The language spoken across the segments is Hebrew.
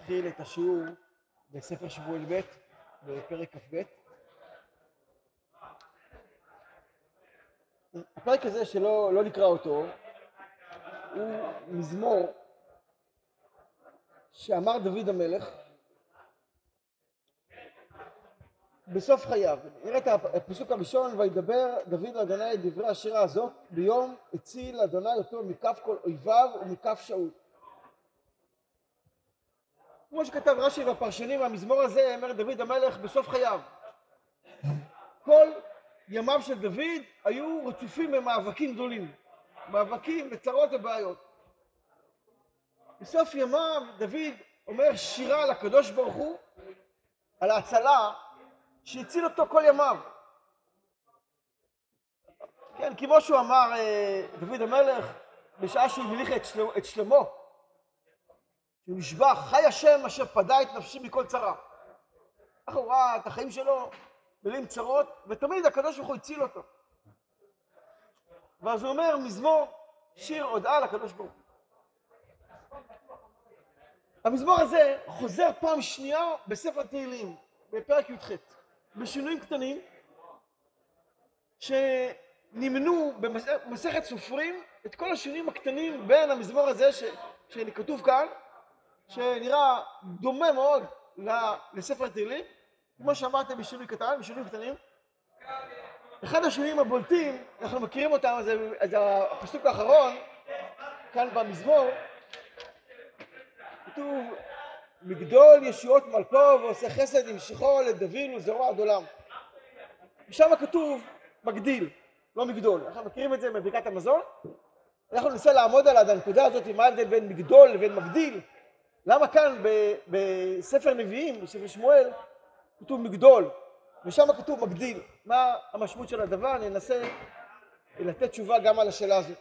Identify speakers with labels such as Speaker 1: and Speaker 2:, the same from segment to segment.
Speaker 1: נתחיל את השיעור בספר שמואל ב' בפרק כ"ב. הפרק הזה שלא נקרא אותו הוא מזמור שאמר דוד המלך בסוף חייו. נראה את הפסוק הראשון: וידבר דוד לאדוני את דברי השירה הזאת ביום הציל אדוני אותו מכף כל אויביו ומכף שאול. כמו שכתב רש"י והפרשנים, המזמור הזה אומר דוד המלך בסוף חייו. כל ימיו של דוד היו רצופים במאבקים גדולים, מאבקים וצרות ובעיות. בסוף ימיו דוד אומר שירה לקדוש ברוך הוא על ההצלה שהציל אותו כל ימיו. כן, כמו שהוא אמר דוד המלך בשעה שהוא המליך את שלמה, הוא נשבע: חי השם אשר פדה את נפשי מכל צרה. כך הוא ראה את החיים שלו מלאים צרות, ותמיד הקדוש ברוך הוא הציל אותו. ואז הוא אומר מזמור, שיר הודאה לקדוש ברוך הוא. המזמור הזה חוזר פעם שנייה בספר תהילים בפרק י"ח, בשינויים קטנים שנמנו במסכת סופרים את כל השינויים הקטנים בין המזמור הזה שכתוב כאן, שנראה דומה מאוד לספר תהילים, כמו שאמרתם, בשינויים קטנים. אחד השינויים הבולטים, אנחנו מכירים אותם, זה הפסוק האחרון כאן במזמור, כתוב: מגדול ישועות מלכו ועושה חסד ימשכו לדוד ולזרוע עד עולם. ושם כתוב מגדיל, לא מגדול. אנחנו מכירים את זה בברכת המזון. אנחנו ננסה לעמוד על הנקודה הזאת, מה ההבדל בין מגדול לבין מגדיל. למה כאן בספר נביאים, בספר שמואל, כתוב מגדול ושם כתוב מגדיל? מה המשמעות של הדבר? אני אנסה לתת תשובה גם על השאלה הזאת.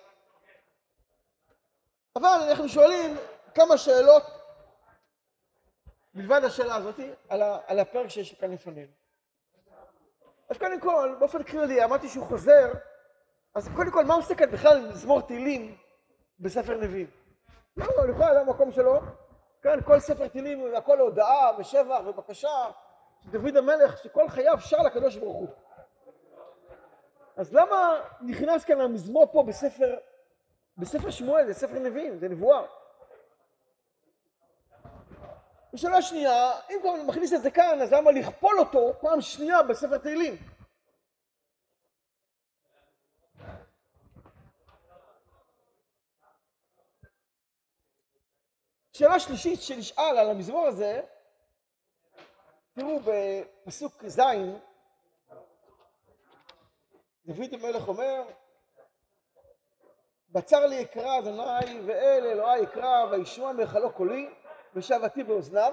Speaker 1: אבל אנחנו שואלים כמה שאלות מלבד השאלה הזאת על הפרק שיש כאן לפנינו. אז קודם כל, באופן כללי, אמרתי שהוא חוזר, אז קודם כל, מה עושה כאן בכלל מזמור תהילים בספר נביאים? לא, לכאורה, זה המקום שלו. כאן כל ספר תהילים, הכל הודאה ושבח ובקשה, דוד המלך שכל חייו שר לקדוש ברוך הוא. אז למה נכנס כאן המזמור פה בספר שמואל? זה ספר נביאים, זה נבואה. ושאלה שנייה, אם כבר מכניס את זה כאן, אז למה לכפול אותו פעם שנייה בספר תהילים? שאלה שלישית שנשאל על המזמור הזה, תראו בפסוק ז', דוד המלך אומר: בצר לי יקרא אדוני ואל אלוהי יקרא וישמע מהיכלו קולי ושבתי באוזניו,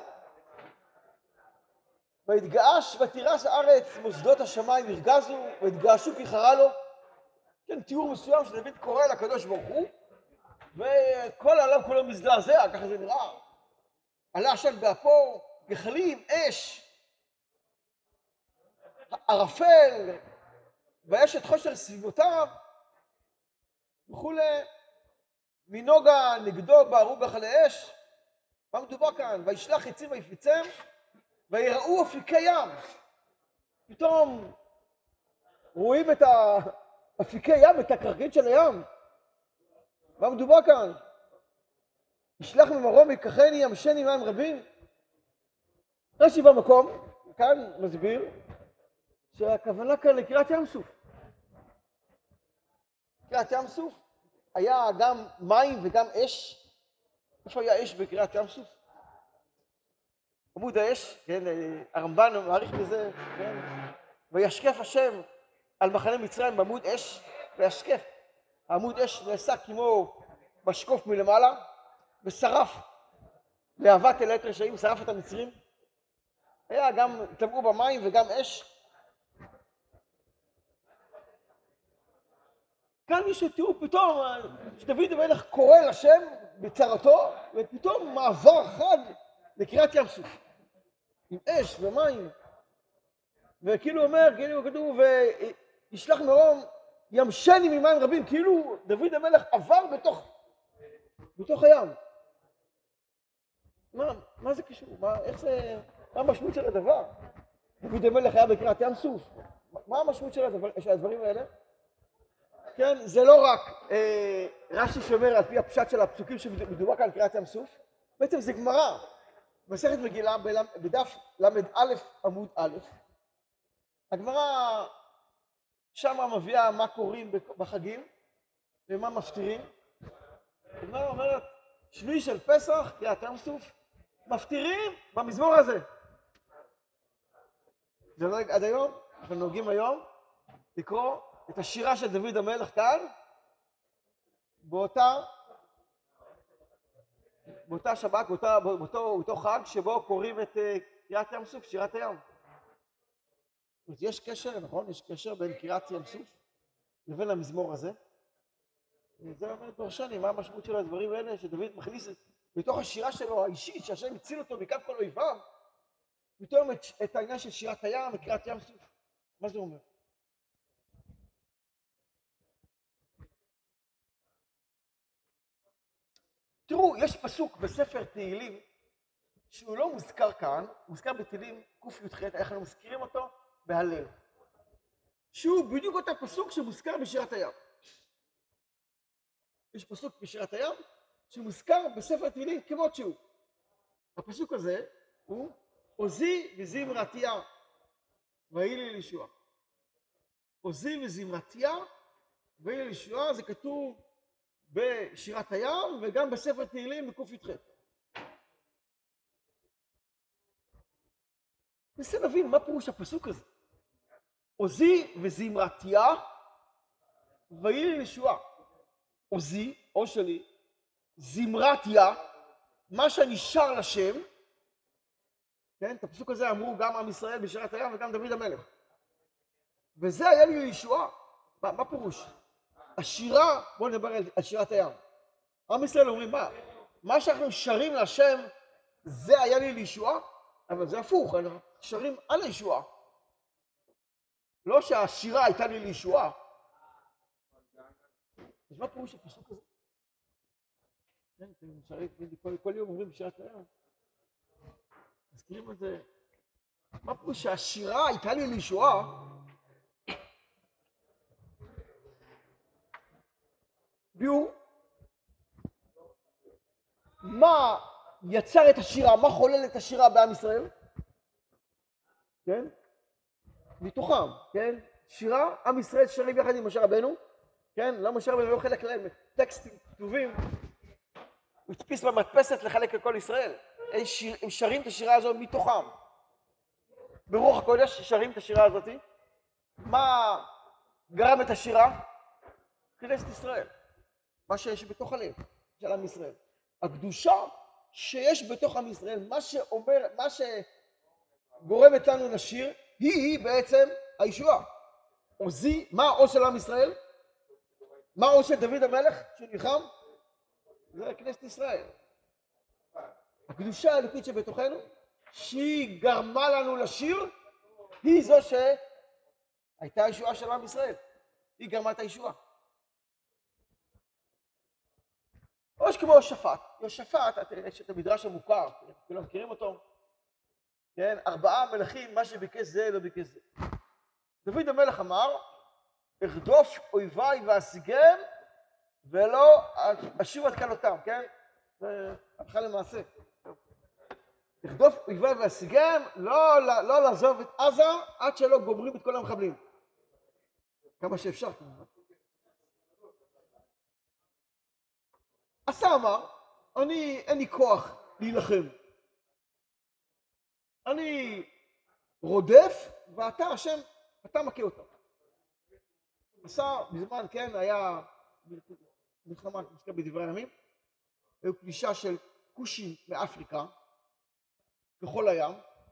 Speaker 1: ויתגעש ותירס הארץ מוסדות השמיים ירגזו ויתגעשו כי חרה לו. כן, תיאור מסוים שדוד קורא לקדוש ברוך הוא וכל העולם כולו מזדעזע, ככה זה נראה. עלה עשן באפו, גחלים, אש, ערפל, ויש את חושך סביבותיו וכולי, מנוגה נגדו בערו גחלי אש. מה מדובר כאן? וישלח עצים ויפיצם ויראו אפיקי ים. פתאום רואים את אפיקי ים, את הקרקעית של הים. מה מדובר כאן? ישלח ממרום ייקחני ימשני מים רבים. רש"י במקום כאן מסביר שהכוונה כאן לקריעת ים סוף. קריעת ים סוף היה גם מים וגם אש. איפה היה אש בקריעת ים סוף? עמוד האש, כן, הרמב"ן מעריך בזה, כן, וישקף השם על מחנה מצרים בעמוד אש, וישקף. העמוד אש נעשה כמו משקוף מלמעלה, ושרף להבת אלת רשעים, שרף את המצרים. היה גם, טבעו במים וגם אש. כאן מישהו תראו פתאום שדוד המלך קורא לשם בצרתו, ופתאום מעבר חד לקריעת ים סוף עם אש ומים, וכאילו אומר, כאילו כתוב וישלח מרום ימשני ממים רבים, כאילו דוד המלך עבר בתוך הים. מה זה קשור? איך זה, מה המשמעות של הדבר? דוד המלך היה בקריעת ים סוף. מה המשמעות של הדברים האלה? כן, זה לא רק רש"י שאומר על פי הפשט של הפסוקים שמדובר כאן על קריעת ים סוף, בעצם זה גמרא, מסכת מגילה בדף ל"א עמוד א', הגמרא שמה מביאה מה קוראים בחגים ומה מפטירים. הגמרא אומרת, שביעי של פסח, קריעת ים סוף, מפטירים במזמור הזה. זה נוהג עד היום, אנחנו נוהגים היום לקרוא את השירה של דוד המלך כאן, באותה שבת, באותו חג שבו קוראים את קריעת ים סוף, שירת הים. יש קשר, נכון? יש קשר בין קריעת ים סוף לבין המזמור הזה. זה אומר דרשני, מה המשמעות של הדברים האלה שדוד מכניס בתוך השירה שלו האישית, שהשם הציל אותו מכף כל אויביו, פתאום את העניין של שירת הים וקריעת ים סוף. מה זה אומר? תראו, יש פסוק בספר תהילים שהוא לא מוזכר כאן, מוזכר בתהילים קי"ח, אנחנו מזכירים אותו בהלל, שהוא בדיוק אותו פסוק שמוזכר בשירת הים. יש פסוק בשירת הים שמוזכר בספר תהילים כמות שהוא. הפסוק הזה הוא עוזי וזמרתיה ויהי לי לישועה. עוזי וזמרתיה ויהי לי לישועה, זה כתוב בשירת הים וגם בספר תהילים בקי"ח. ננסה להבין מה פירוש הפסוק הזה. עוזי וזמרתיה ויהי לי לישועה. עוזי, או שלי, זמרתיה, מה שנשאר לשם, כן? את הפסוק הזה אמרו גם עם ישראל בשירת הים וגם דוד המלך. וזה היה לי לישועה. מה פירוש? השירה, בואו נדבר על שירת הים. עם ישראל אומרים, מה שאנחנו שרים להשם, זה היה לי לישועה, אבל זה הפוך, אנחנו שרים על הישועה. לא שהשירה הייתה לי לישועה. אז מה פירוש הפסוק הזה? כן, אתם שרים, כל יום אומרים בשירת הים. מזכירים את זה. מה פירוש שהשירה הייתה לי לישועה? ביור, מה יצר את השירה, מה חולל את השירה בעם ישראל? כן? מתוכם, כן? שירה, עם ישראל שרים יחד עם משה רבנו, כן? לא משה רבנו לא חלק להם טקסטים כתובים, הוא הדפיס במדפסת לחלק לכל ישראל. הם שרים את השירה הזו מתוכם. ברוח הקודש שרים את השירה הזאת. מה גרם את השירה? כנסת ישראל. מה שיש בתוך הלב של עם ישראל. הקדושה שיש בתוך עם ישראל, מה שגורמת לנו לשיר, היא בעצם הישועה. עוזי, מה העוז של עם ישראל? מה העוז של דוד המלך שנלחם? זה כנסת ישראל. הקדושה האלוקית שבתוכנו, שהיא גרמה לנו לשיר, היא זו שהייתה הישועה של עם ישראל. היא גרמה את הישועה. או שכמו יהושפט. יהושפט, יש את המדרש המוכר, כולם מכירים אותו. כן, 4 מלכים, מה שביקש זה לא ביקש זה. דוד המלך אמר, ארדוף אויביי ואשיגם, ולא אשוב עד כלותם, כן? זה הלכה למעשה. ארדוף אויביי ואשיגם, לא לעזוב את עזה עד שלא גומרים את כל המחבלים. כמה שאפשר כמובן. עשה אמר, אין לי כוח להילחם. אני רודף, ואתה השם, אתה מכה אותם. עשה בזמן, כן, היה מלחמה, מוזכר בדברי הימים, היו פלישה של כושים מאפריקה, ככל הים,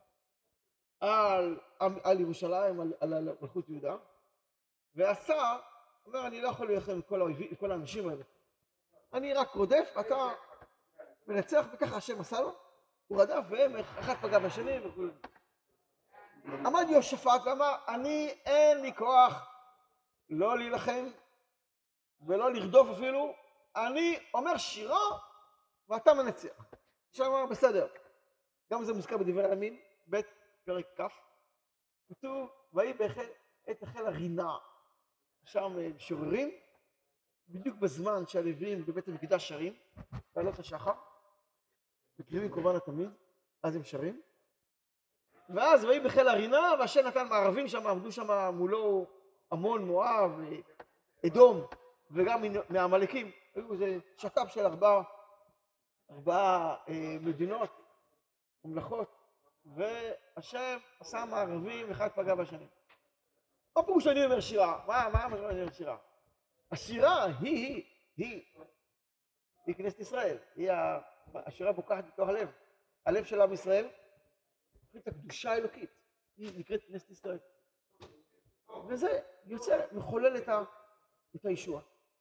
Speaker 1: על ירושלים, על מלכות יהודה, ועשה, אומר, אני לא יכול להילחם את כל האנשים האלה. אני רק רודף, אתה מנצח, וככה השם עשה לו, הוא רדף, והם אחד פגע בשני וכו'. עמד יהושפט ואמר, אין לי כוח לא להילחם ולא לרדוף אפילו, אני אומר שירה ואתה מנצח. שם בסדר. גם זה מוזכר בדברי הימים, ב' פרק כ', כתוב, ויהי עת החל הרינה. שם משוררים, בדיוק בזמן שהלוויים בבית המקדש שרים, בעלות השחר, מקריבים קורבן התמיד, אז הם שרים. ואז ויהי בחיל הרינה, והשם נתן מערבים שם, עמדו שם מולו עמון, מואב, אדום, וגם מהעמלקים. היו איזה שת"פ של ארבעה מדינות, ממלכות, והשם עשה מערבים, אחד פגע בשני. מה פירוש אני אומר שירה? מה המשמעות אני אומר שירה? השירה היא כנסת ישראל. השירה בוקחת בתוך הלב. הלב של עם ישראל, את הקדושה האלוקית, היא נקראת כנסת ישראל. וזה יוצא, מחולל את הישוע.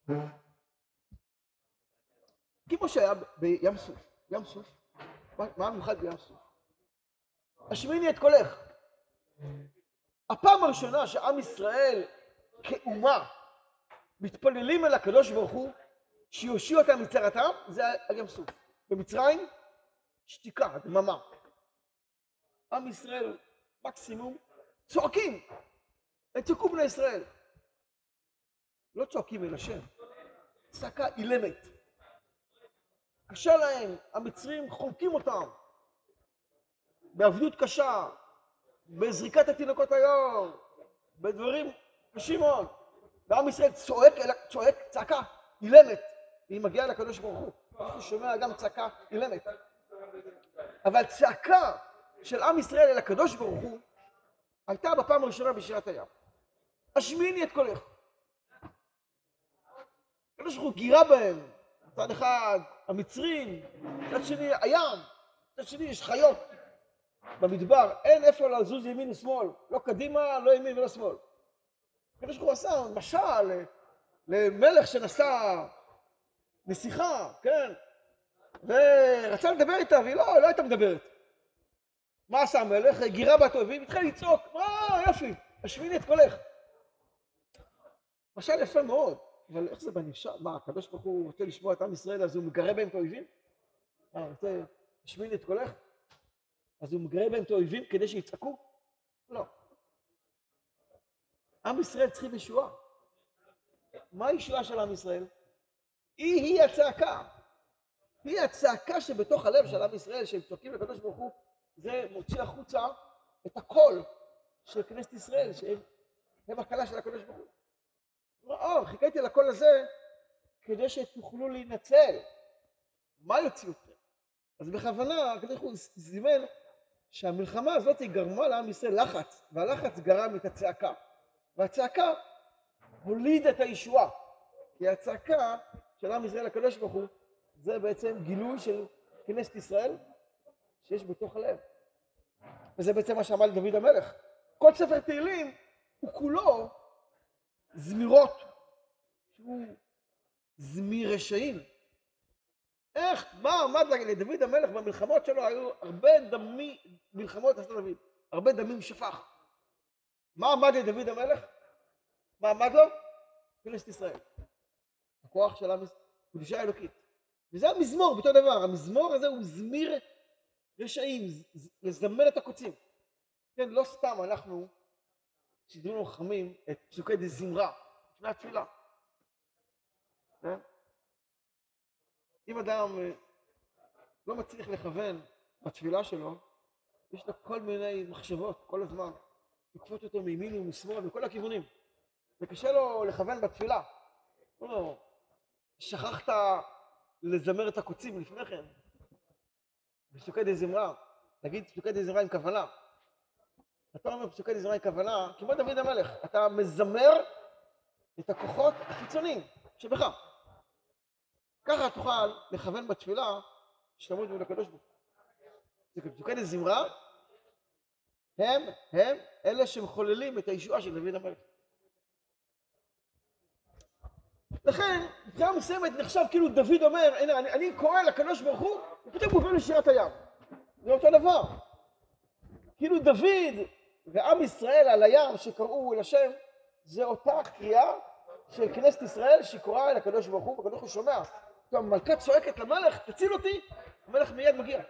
Speaker 1: כמו שהיה בים סוף. ים סוף, מה מיוחד בים סוף? השמיני את קולך. הפעם הראשונה שעם ישראל כאומה מתפללים אל הקדוש ברוך הוא שיושיע אותם מצרתם, זה על ים סוף. במצרים, שתיקה, דממה. עם ישראל מקסימום צועקים, צעקו בני ישראל. לא צועקים אל השם, צעקה אילמת. קשה להם, המצרים חונקים אותם בעבדות קשה, בזריקת התינוקות היום, בדברים קשים מאוד. ועם ישראל צועק צעקה אילמת, והיא מגיעה לקדוש ברוך הוא. אנחנו שומע גם צעקה אילמת. אבל צעקה של עם ישראל אל הקדוש ברוך הוא הייתה בפעם הראשונה בשירת הים. השמיני את קולך. הקדוש ברוך הוא גירה בהם. מצד אחד המצרים, מצד שני הים, מצד שני יש חיות במדבר, אין איפה לזוז ימין ושמאל, לא קדימה, לא ימין ולא שמאל. הקדוש ברוך הוא עשה משל למלך שנסע נסיכה, כן, ורצה לדבר איתה והיא לא הייתה מדברת. מה עשה המלך? גירה בת אויבים, התחיל לצעוק, יופי, השמיני את קולך. משל יפה מאוד, אבל איך זה בנפשע? מה, הקדוש ברוך הוא רוצה לשמוע את עם ישראל, אז הוא מגרה בהם את האויבים? הוא רוצה השמיני את קולך? אז הוא מגרה בהם את האויבים כדי שיצעקו? לא. עם ישראל צריכים ישועה. מה הישועה של עם ישראל? היא הצעקה. היא הצעקה שבתוך הלב של עם ישראל, שהם צועקים לקדוש ברוך הוא, זה מוציא החוצה את הקול של כנסת ישראל, שהם הקלה של הקדוש ברוך הוא. חיכיתי לקול הזה כדי שתוכלו להינצל. מה יוציא אתכם? אז בכוונה הקדוש ברוך הוא זימן שהמלחמה הזאת היא גרמה לעם ישראל לחץ, והלחץ גרם את הצעקה. והצעקה הוליד את הישועה. כי הצעקה של עם ישראל לקדוש ברוך הוא זה בעצם גילוי של כנסת ישראל שיש בתוך הלב. וזה בעצם מה שאמר דוד המלך. כל ספר תהילים הוא כולו זמירות, שהוא זמיר רשעים. איך, מה עמד לדוד המלך במלחמות שלו? היו הרבה מלחמות עשה דוד, הרבה דמים שפך. מה עמד לדוד המלך? מה עמד לו? כנסת ישראל. הכוח של הקדושה האלוקית. וזה המזמור, באותו דבר. המזמור הזה הוא זמיר רשעים, לזמר את הקוצים. כן, לא סתם אנחנו שידענו חכמים את פסוקי דזמרה לפני התפילה. כן? אם אדם לא מצליח לכוון בתפילה שלו, יש לו כל מיני מחשבות כל הזמן, תקפות אותו מימין ומשמאל בכל הכיוונים. וקשה לו לכוון בתפילה. לא, שכחת לזמר את הקוצים לפני כן. פסוקי דזמרה, להגיד פסוקי דזמרה עם כוונה. אתה אומר פסוקי דזמרה עם כוונה, כמו דוד המלך, אתה מזמר את הכוחות החיצוניים שבך. ככה תוכל לכוון בתפילה שתעמוד מול הקדוש ברוך הוא. פסוקי דזמרה הם אלה שמחוללים את הישועה של דוד המלך. לכן, מבחינה מסוימת נחשב כאילו דוד אומר, הנה, אני קורא לקדוש ברוך הוא, ופתאום הוא עובר לשירת הים. זה אותו דבר. כאילו דוד ועם ישראל על הים שקראו אל השם, זה אותה קריאה של כנסת ישראל שקוראה אל הקדוש ברוך הוא, והקדוש ברוך הוא שומע. המלכה צועקת למלך, תציל אותי, המלך מיד מגיע.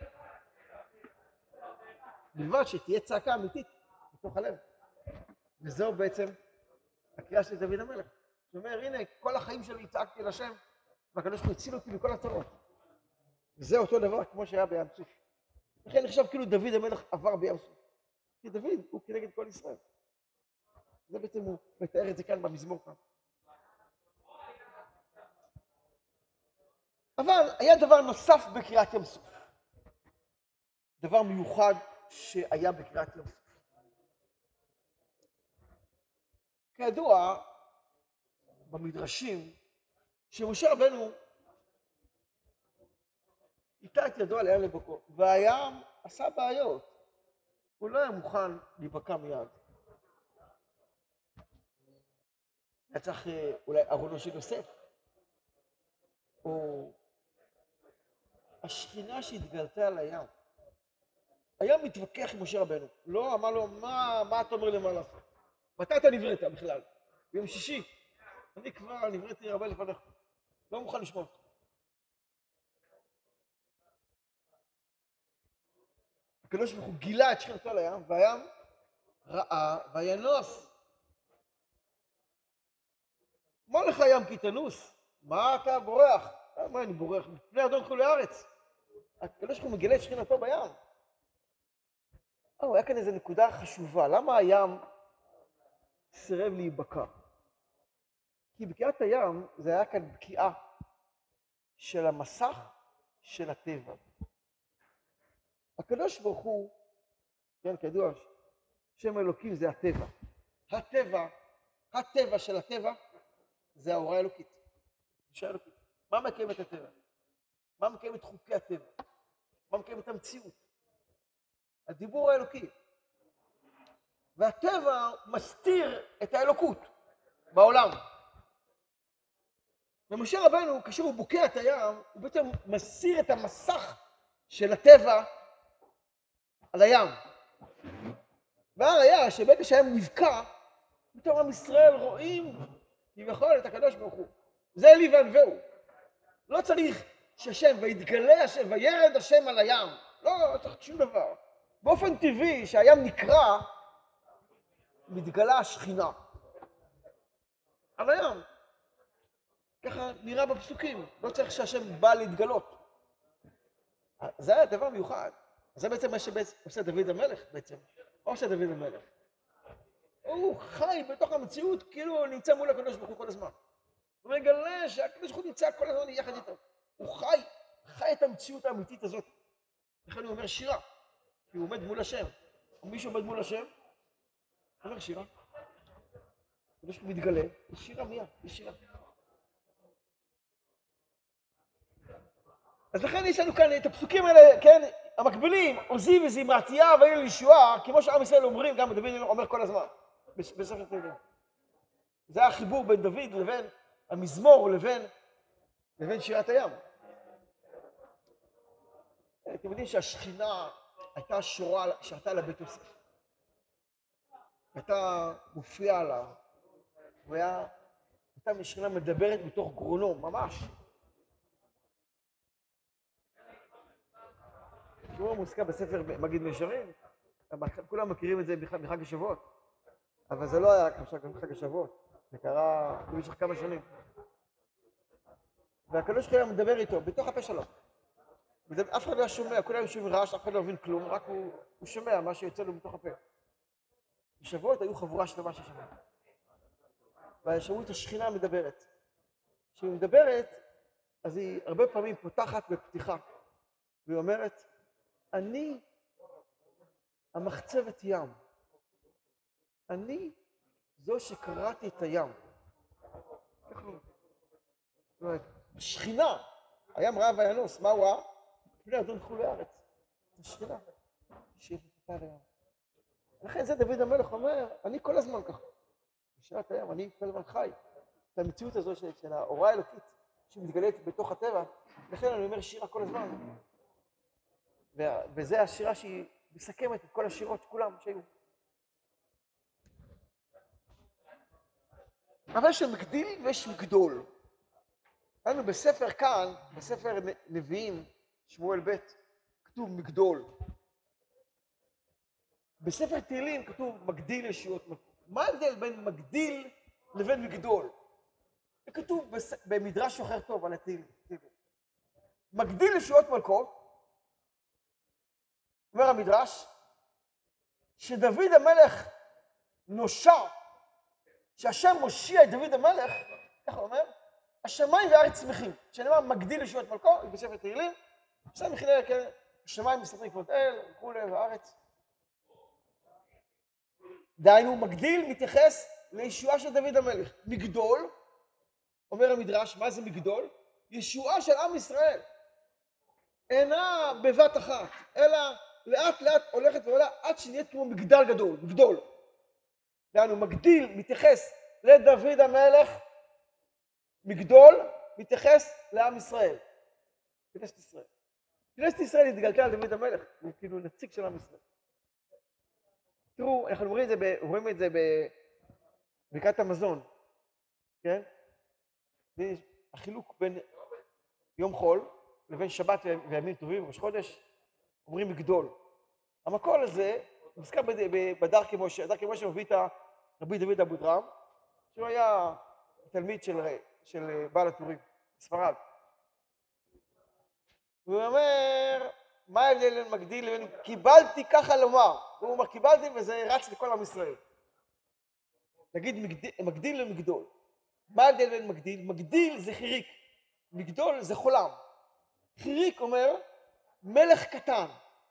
Speaker 1: בלבד שתהיה צעקה אמיתית בתוך הלב. וזהו בעצם הקריאה של דוד המלך. זאת אומרת, הנה, כל החיים שלי צעקתי לשם, והקדוש ברוך הוא הציל אותי מכל הצרות. וזה אותו דבר כמו שהיה בים סוף. לכן נחשב כאילו דוד המלך עבר בים סוף. כי דוד הוא כנגד כל ישראל. זה בעצם הוא מתאר את זה כאן במזמור כאן. אבל היה דבר נוסף בקריאת ים סוף. דבר מיוחד שהיה בקריאת ים סוף. כידוע, במדרשים, שמשה רבנו איתה את ידו על הים לבקעו, והים עשה בעיות. הוא לא היה מוכן להיבקע מיד. היה צריך אולי ארונו של יוסף, או השכינה שהתגלתה על הים. הים מתווכח עם משה רבנו. לא, אמר לו, מה אתה אומר לי מה לעשות? מתי אתה נבראת בכלל? ביום שישי. אני כבר נבראתי הרבה לפניך. לא מוכן לשמוע אותך. הקדוש ברוך הוא גילה את שכינתו על הים, והים ראה וינוס. מה לך ים כי תנוס? מה אתה בורח? מה אני בורח? מפני אדון כל הארץ. הקדוש ברוך הוא מגילה את שכינתו בים. היה כאן איזו נקודה חשובה. למה הים סירב להיבקע? כי בקיעת הים זה היה כאן בקיעה של המסך של הטבע. הקדוש ברוך הוא, כן, כידוע, שם אלוקים זה הטבע. הטבע של הטבע זה ההוראה האלוקית. אישה אלוקית. מה מקיים את הטבע? מה מקיים את חוקי הטבע? מה מקיים את המציאות? הדיבור האלוקי. והטבע מסתיר את האלוקות בעולם. ומשה רבנו, כאשר הוא בוקע את הים, הוא בעצם מסיר את המסך של הטבע על הים. והראיה שברגע שהים נבקע, פתאום עם ישראל רואים כביכול את הקדוש ברוך הוא. זה לי וענווהו. לא צריך שהשם, ויתגלה השם, וירד השם על הים. לא צריך שום דבר. באופן טבעי שהים נקרא, מתגלה השכינה על הים. ככה נראה בפסוקים. לא צריך שהשם בא להתגלות. זה היה דבר מיוחד. זה בעצם מה שעושה דוד המלך בעצם. מה עושה דוד המלך? הוא חי בתוך המציאות כאילו הוא נמצא מול הקדוש ברוך הוא כל הזמן. הוא מגלה שהקדוש ברוך הוא נמצא כל הזמן יחד איתו. הוא חי את המציאות האמיתית הזאת. לכן הוא אומר שירה. כי הוא עומד מול השם. מישהו עומד מול השם, הוא אומר שירה. הקדוש ברוך הוא מתגלה, יש שירה מיד, יש שירה. אז לכן יש לנו כאן את הפסוקים האלה, כן, המקבילים, עוזי וזמרתיה ויהי לישועה, כמו שעם ישראל אומרים, גם דוד אומר כל הזמן, בספר תהילים. זה החיבור בין דוד לבין המזמור לבין שירת הים. אתם יודעים שהשכינה הייתה שורה שעתה לבית יוסף. הייתה מופיעה עליו, הייתה משכינה מדברת מתוך גרונו, ממש. שהוא מוזכר בספר מגיד מישרים, כולם מכירים את זה מחג השבועות, אבל זה לא היה רק חג השבועות, זה קרה במשך כמה שנים. והקדוש ברוך הוא מדבר איתו בתוך הפה שלו. אף אחד לא שומע, כולם שומעים רעש, אף אחד לא מבין כלום, רק הוא שומע מה שיוצא לו בתוך הפה. בשבועות היו חבורה שלמה ששמעה. והשמעו את השכינה מדברת. כשהיא מדברת, אז היא הרבה פעמים פותחת בפתיחה, והיא אומרת, אני המחצבת ים. אני זו שקראתי את הים. זאת אומרת, השכינה, הים ראה וינוס, מה הוא ראה? פני אדון כל הארץ. השכינה, שהיא פתתה לים. לכן זה דוד המלך אומר, אני כל הזמן ככה. בשירת הים, אני כל הזמן חי. את המציאות הזו של ההוראה האלוקית, שמתגלית בתוך הטבע, לכן אני אומר שירה כל הזמן. וזה השירה שהיא מסכמת את כל השירות כולם שהיו. אבל יש מגדיל ויש מגדול. היינו בספר כאן, בספר נביאים, שמואל ב', כתוב מגדול. בספר תהילים כתוב מגדיל ישועות מלכות. מה ההבדל בין מגדיל לבין מגדול? זה כתוב במדרש שוחר טוב על התהילים. מגדיל ישועות מלכות, אומר המדרש, שדוד המלך נושע, שהשם מושיע את דוד המלך, איך הוא אומר? השמיים והארץ שמחים. שנאמר מגדיל ישועות מלכות, בספר תהילים, בספר מכינה השמיים מסתתרים כבוד אל, וכולי, והארץ. דהיינו, מגדיל מתייחס לישועה של דוד המלך. מגדול, אומר המדרש, מה זה מגדול? ישועה של עם ישראל. אינה בבת אחת, אלא לאט לאט הולכת ועולה עד שנהיית כמו מגדל גדול, מגדול. דהיינו, מגדיל מתייחס לדוד המלך, מגדול מתייחס לעם ישראל, כנסת ישראל. כנסת ישראל התגלתה על דוד המלך, הוא כאילו נציג של עם ישראל. תראו, אנחנו רואים את זה בברכת המזון, כן? זה החילוק בין יום חול לבין שבת וימים טובים, ראש חודש, אומרים מגדול. המקור הזה מוזכר בדרכי משה. דרכי משה מביא את רבי דוד אבודרהם, שהוא היה תלמיד של בעל הטורים, ספרד. הוא אומר, מה ההבדל בין מגדיל לבין קיבלתי ככה לומר? הוא אומר קיבלתי וזה רץ לכל עם ישראל. נגיד מגדיל למגדול. מה ההבדל בין מגדיל? מגדיל זה חיריק, מגדול זה חולם. חיריק אומר מלך קטן,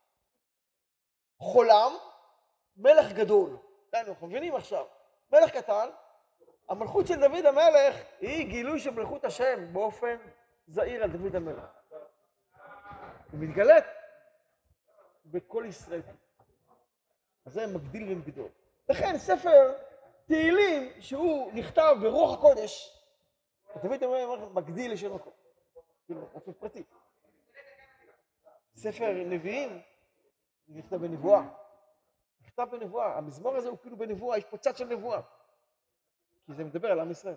Speaker 1: חולם מלך גדול. אנחנו מבינים עכשיו, מלך קטן, המלכות של דוד המלך היא גילוי של מלכות השם באופן זהיר על דוד המלך. היא מתגלית בכל ישראל. אז זה מגדיל ומגדול. לכן ספר תהילים שהוא נכתב ברוח הקודש, דוד המלך מגדיל לשם מקום. כאילו, באופן פרטי. ספר נביאים נכתב בנבואה. נכתב בנבואה. המזמור הזה הוא כאילו בנבואה, יש פה צד של נבואה. כי זה מדבר על עם ישראל.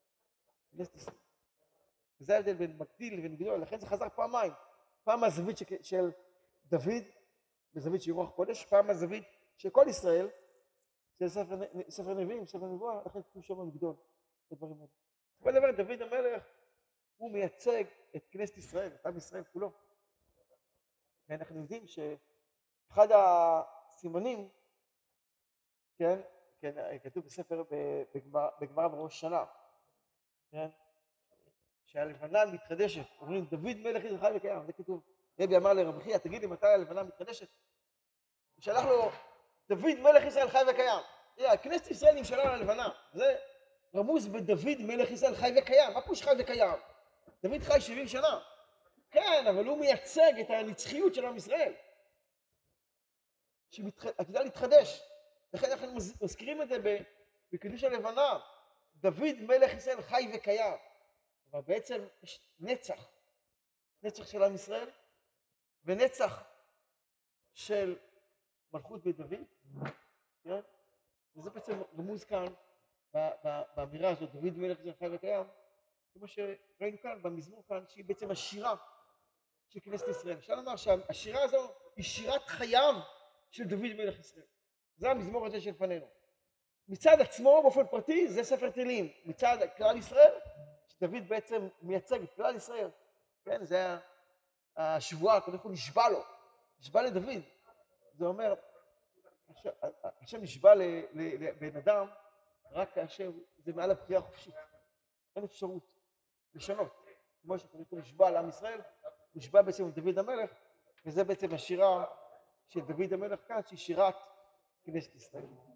Speaker 1: וזה ההבדל בין מגדיל לבין גדול, לכן זה חזר פעמיים. פעם מהזווית של דוד, בזווית של רוח הקודש, פעם מהזווית של כל ישראל, של ספר נביאים, ספר נבואה, לכן כתוב שם מגדול. הדברים האלה. כל דבר, דוד המלך, הוא מייצג את כנסת ישראל, את עם ישראל כולו. ואנחנו יודעים שאחד הסימנים, כן, כתוב בספר בגמרא בראש שנה, כן, שהלבנה מתחדשת, אומרים דוד מלך ישראל חי וקיים, זה כתוב, רבי אמר לרבי חייא, תגיד לי מתי הלבנה מתחדשת? שלח לו, דוד מלך ישראל חי וקיים. כנסת ישראל נמשלה על הלבנה, זה רמוז בדוד מלך ישראל חי וקיים. מה פירוש חי וקיים? דוד חי 70 שנה. כן, אבל הוא מייצג את הנצחיות של עם ישראל. שעתידה להתחדש. לכן אנחנו מזכירים את זה בקידוש הלבנה. דוד מלך ישראל חי וקיים. אבל בעצם יש נצח. נצח של עם ישראל ונצח של מלכות בית דוד. כן? וזה בעצם רמוז כאן באמירה הזאת, דוד מלך ישראל חי וקיים. כמו שראינו כאן במזמור כאן, שהיא בעצם השירה של כנסת ישראל. אפשר לומר שהשירה הזו היא שירת חייו של דוד מלך ישראל. זה המזמור הזה שלפנינו. מצד עצמו באופן פרטי זה ספר תהילים. מצד כלל ישראל, שדוד בעצם מייצג את כלל ישראל. כן, זה השבועה, קודם כל נשבע לו. נשבע לדוד. זה אומר, השם נשבע לבן אדם רק כאשר זה מעל הבחירה החופשית. אין אפשרות לשנות. כמו שקודם כל נשבע לעם ישראל, נשבע בעצם דוד המלך, וזה בעצם השירה של דוד המלך כאן, שהיא שירת כנסת ישראל.